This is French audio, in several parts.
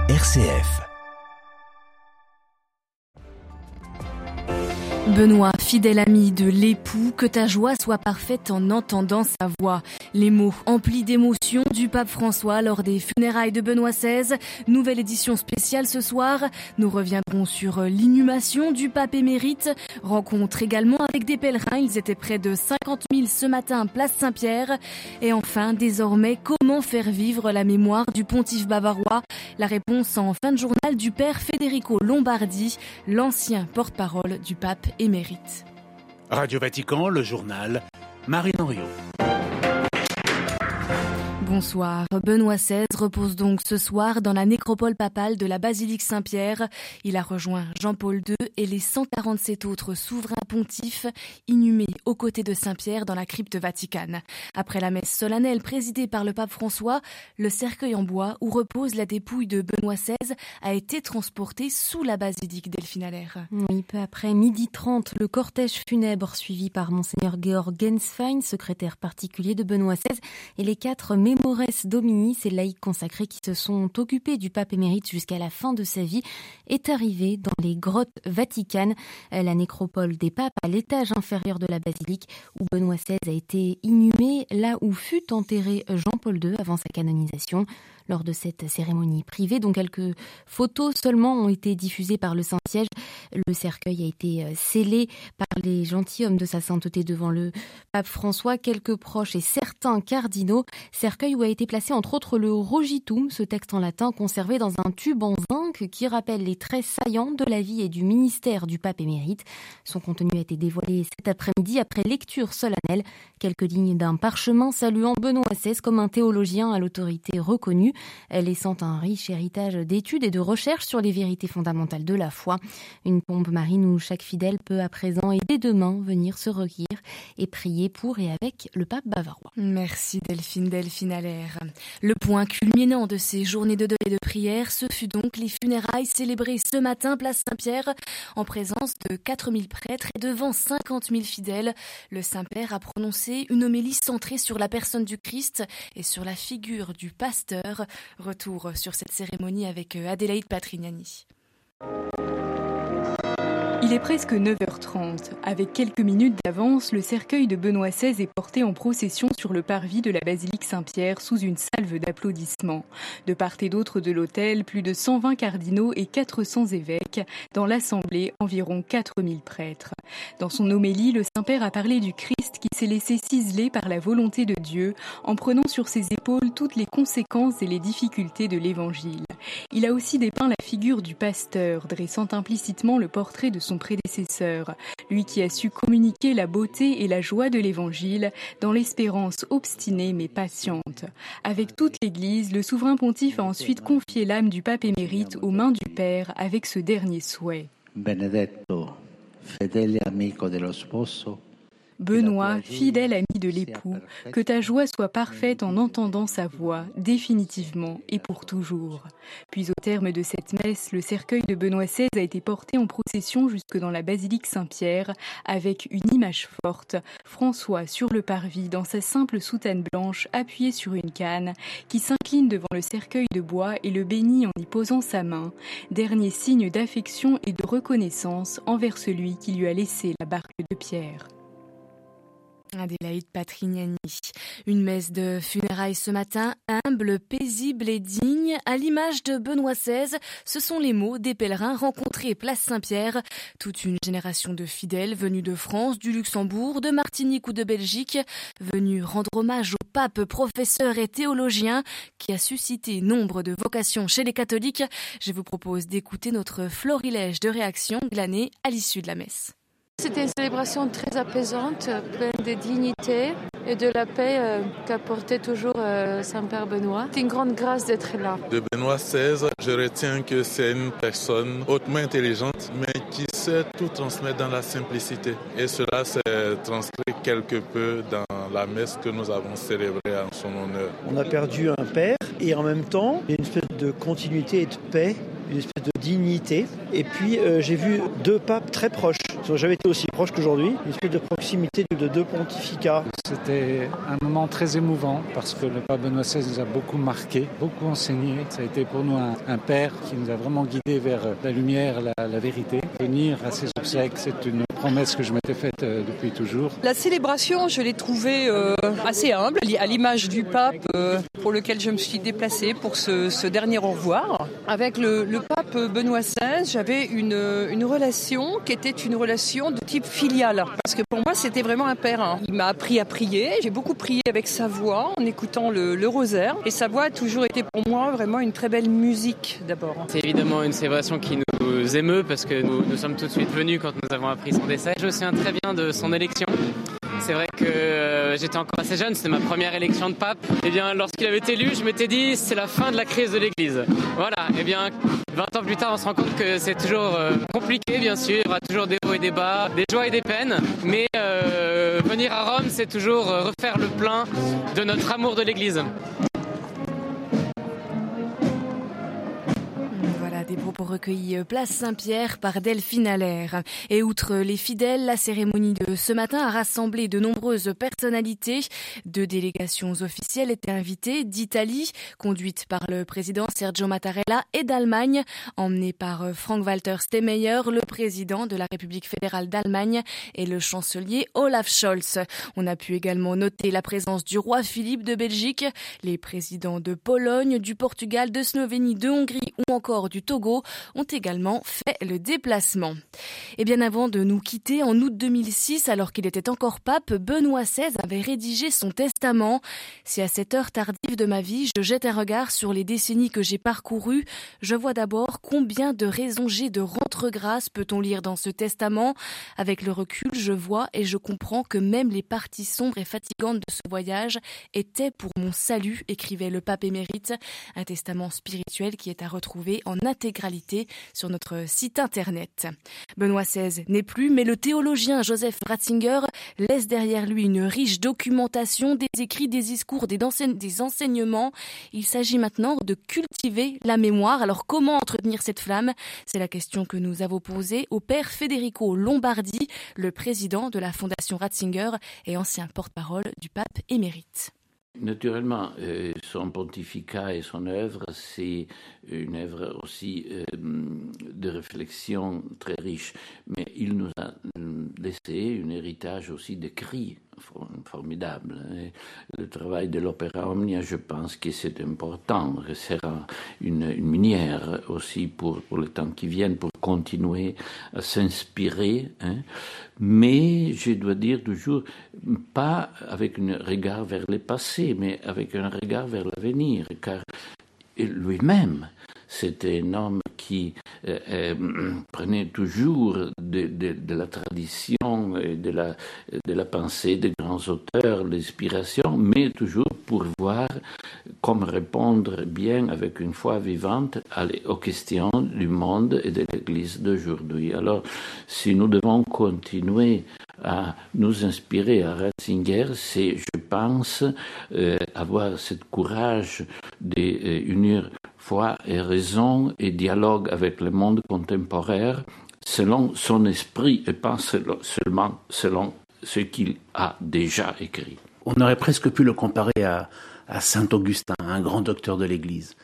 RCF. Benoît, fidèle ami de l'époux, que ta joie soit parfaite en entendant sa voix. Les mots emplis d'émotion du pape François lors des funérailles de Benoît XVI. Nouvelle édition spéciale ce soir. Nous reviendrons sur l'inhumation du pape émérite. Rencontre également avec des pèlerins. Ils étaient près de 50 000 ce matin, place Saint-Pierre. Et enfin, désormais, comment faire vivre la mémoire du pontife bavarois? La réponse en fin de journal du père Federico Lombardi, l'ancien porte-parole du pape émérite. Radio Vatican, le journal, Marine Henriot. Bonsoir. Benoît XVI repose donc ce soir dans la nécropole papale de la basilique Saint-Pierre. Il a rejoint Jean-Paul II et les 147 autres souverains pontifes inhumés aux côtés de Saint-Pierre dans la crypte vaticane. Après la messe solennelle présidée par le pape François, le cercueil en bois où repose la dépouille de Benoît XVI a été transporté sous la basilique Delphine Allaire. Oui, peu après 12h30, le cortège funèbre suivi par Monseigneur Georg Genswein, secrétaire particulier de Benoît XVI, et les 4 Memores Domini, ces laïcs consacrés qui se sont occupés du pape émérite jusqu'à la fin de sa vie, est arrivé dans les grottes vaticanes, la nécropole des papes à l'étage inférieur de la basilique où Benoît XVI a été inhumé, là où fut enterré Jean-Paul II avant sa canonisation. Lors de cette cérémonie privée, dont quelques photos seulement ont été diffusées par le Saint-Siège, le cercueil a été scellé par les gentilshommes de sa sainteté devant le pape François, quelques proches et certains cardinaux. Cercueil où a été placé entre autres le Rogitum, ce texte en latin conservé dans un tube en zinc qui rappelle les traits saillants de la vie et du ministère du pape émérite. Son contenu a été dévoilé cet après-midi après lecture solennelle. Quelques lignes d'un parchemin saluant Benoît XVI comme un théologien à l'autorité reconnue, laissant un riche héritage d'études et de recherches sur les vérités fondamentales de la foi. Une pompe marine où chaque fidèle peut à présent et dès demain venir se recueillir et prier pour et avec le pape bavarois. Merci Delphine Allaire. Le point culminant de ces journées de deuil et de prière, ce fut donc les funérailles célébrées ce matin, place Saint-Pierre, en présence de 4000 prêtres et devant 50 000 fidèles. Le Saint-Père a prononcé une homélie centrée sur la personne du Christ et sur la figure du pasteur. Retour sur cette cérémonie avec Adélaïde Patrignani. Il est presque 9h30. Avec quelques minutes d'avance, le cercueil de Benoît XVI est porté en procession sur le parvis de la basilique Saint-Pierre sous une salve d'applaudissements. De part et d'autre de l'autel, plus de 120 cardinaux et 400 évêques. Dans l'assemblée, environ 4000 prêtres. Dans son homélie, le Saint-Père a parlé du Christ qui s'est laissé ciseler par la volonté de Dieu en prenant sur ses épaules toutes les conséquences et les difficultés de l'Évangile. Il a aussi dépeint la figure du pasteur, dressant implicitement le portrait de son prédécesseur, lui qui a su communiquer la beauté et la joie de l'Évangile dans l'espérance obstinée mais patiente. Avec toute l'Église, le souverain pontife a ensuite confié l'âme du pape émérite aux mains du Père avec ce dernier souhait. Benedetto, fedele amico dello sposo. Benoît, fidèle ami de l'époux, que ta joie soit parfaite en entendant sa voix, définitivement et pour toujours. Puis au terme de cette messe, le cercueil de Benoît XVI a été porté en procession jusque dans la basilique Saint-Pierre, avec une image forte, François sur le parvis dans sa simple soutane blanche appuyée sur une canne, qui s'incline devant le cercueil de bois et le bénit en y posant sa main, dernier signe d'affection et de reconnaissance envers celui qui lui a laissé la barque de pierre. Adélaïde Patrignani. Une messe de funérailles ce matin, humble, paisible et digne, à l'image de Benoît XVI. Ce sont les mots des pèlerins rencontrés place Saint-Pierre. Toute une génération de fidèles venus de France, du Luxembourg, de Martinique ou de Belgique, venus rendre hommage au pape, professeur et théologien qui a suscité nombre de vocations chez les catholiques. Je vous propose d'écouter notre florilège de réactions glanées à l'issue de la messe. C'était une célébration très apaisante, pleine de dignité et de la paix qu'apportait toujours Saint-Père Benoît. C'est une grande grâce d'être là. De Benoît XVI, je retiens que c'est une personne hautement intelligente, mais qui sait tout transmettre dans la simplicité. Et cela s'est transcrit quelque peu dans la messe que nous avons célébrée en son honneur. On a perdu un père et en même temps, il y a une espèce de continuité et de paix, une espèce de dignité. Et puis j'ai vu 2 papes très proches. Ils n'ont jamais été aussi proches qu'aujourd'hui, une espèce de proximité de deux pontificats. C'était un moment très émouvant parce que le pape Benoît XVI nous a beaucoup marqué, beaucoup enseigné. Ça a été pour nous un père qui nous a vraiment guidés vers la lumière, la vérité. Venir à ses obsèques, c'est une promesse que je m'étais faite depuis toujours. La célébration, je l'ai trouvée assez humble, à l'image du pape pour lequel je me suis déplacée pour ce dernier au revoir. Avec le pape Benoît XVI, j'avais une relation qui était une relation de type filial. Parce que pour moi, c'était vraiment un père. Il m'a appris à prier. J'ai beaucoup prié avec sa voix en écoutant le rosaire. Et sa voix a toujours été pour moi vraiment une très belle musique d'abord. C'est évidemment une célébration qui nous émeut parce que nous sommes tout de suite venus quand nous avons appris son décès. Je me souviens très bien de son élection. C'est vrai que j'étais encore assez jeune, c'était ma première élection de pape. Et bien, lorsqu'il avait été élu, je m'étais dit c'est la fin de la crise de l'Église. Voilà, et bien 20 ans plus tard, on se rend compte que c'est toujours compliqué, bien sûr. Il y aura toujours des hauts et des bas, des joies et des peines. Mais venir à Rome, c'est toujours refaire le plein de notre amour de l'Église. Des propos recueillis place Saint-Pierre par Delphine Allaire. Et outre les fidèles, la cérémonie de ce matin a rassemblé de nombreuses personnalités. 2 délégations officielles étaient invitées d'Italie, conduites par le président Sergio Mattarella, et d'Allemagne, emmenées par Frank-Walter Steinmeier, le président de la République fédérale d'Allemagne, et le chancelier Olaf Scholz. On a pu également noter la présence du roi Philippe de Belgique, les présidents de Pologne, du Portugal, de Slovénie, de Hongrie ou encore du Togo ont également fait le déplacement. Et bien avant de nous quitter, en août 2006, alors qu'il était encore pape, Benoît XVI avait rédigé son testament. Si à cette heure tardive de ma vie, je jette un regard sur les décennies que j'ai parcourues, je vois d'abord combien de raisons j'ai de rendre grâce, peut-on lire dans ce testament. Avec le recul, je vois et je comprends que même les parties sombres et fatigantes de ce voyage étaient pour mon salut, écrivait le pape émérite. Un testament spirituel qui est à retrouver en intégralité sur notre site internet. Benoît XVI n'est plus, mais le théologien Joseph Ratzinger laisse derrière lui une riche documentation, des écrits, des discours, des enseignements. Il s'agit maintenant de cultiver la mémoire. Alors comment entretenir cette flamme ? C'est la question que nous avons posée au père Federico Lombardi, le président de la Fondation Ratzinger et ancien porte-parole du pape émérite. Naturellement, son pontificat et son œuvre, c'est une œuvre aussi de réflexion très riche. Mais il nous a laissé un héritage aussi d'écrits formidable. Et le travail de l'Opéra Omnia, je pense que c'est important, que sera une minière aussi pour les temps qui viennent, pour continuer à s'inspirer. Mais je dois dire toujours, pas avec un regard vers le passé, mais avec un regard vers l'avenir, car lui-même, c'était un homme qui prenait toujours de la tradition et de la pensée des grands auteurs, l'inspiration, mais toujours pour voir comment répondre bien avec une foi vivante aux questions du monde et de l'Église d'aujourd'hui. Alors, si nous devons continuer à nous inspirer à Ratzinger, c'est, je pense, avoir ce courage d'unir foi et raison et dialogue avec le monde contemporain selon son esprit et pas seulement selon ce qu'il a déjà écrit. On aurait presque pu le comparer à Saint Augustin, un grand docteur de l'Église.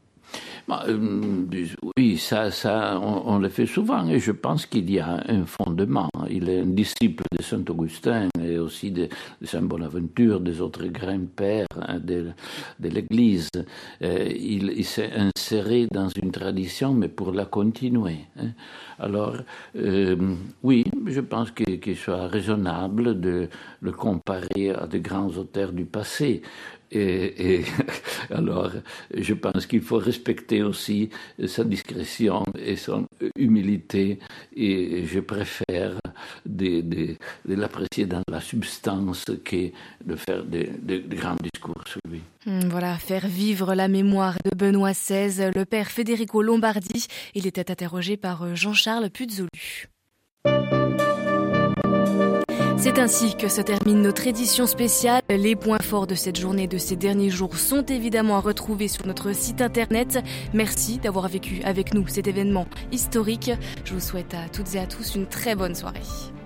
Oui, ça, on le fait souvent et je pense qu'il y a un fondement. Il est un disciple de Saint Augustin et aussi de Saint Bonaventure, des autres grands-pères de l'Église. Il s'est inséré dans une tradition, mais pour la continuer. Alors, oui, je pense qu'il soit raisonnable de le comparer à de grands auteurs du passé. Et alors, je pense qu'il faut respecter aussi sa discrétion et son humilité. Et je préfère de l'apprécier dans la substance que de faire de grands discours sur lui. Voilà, faire vivre la mémoire de Benoît XVI, le père Federico Lombardi. Il était interrogé par Jean-Charles Puzolu. C'est ainsi que se termine notre édition spéciale. Les points forts de cette journée, de ces derniers jours, sont évidemment à retrouver sur notre site internet. Merci d'avoir vécu avec nous cet événement historique. Je vous souhaite à toutes et à tous une très bonne soirée.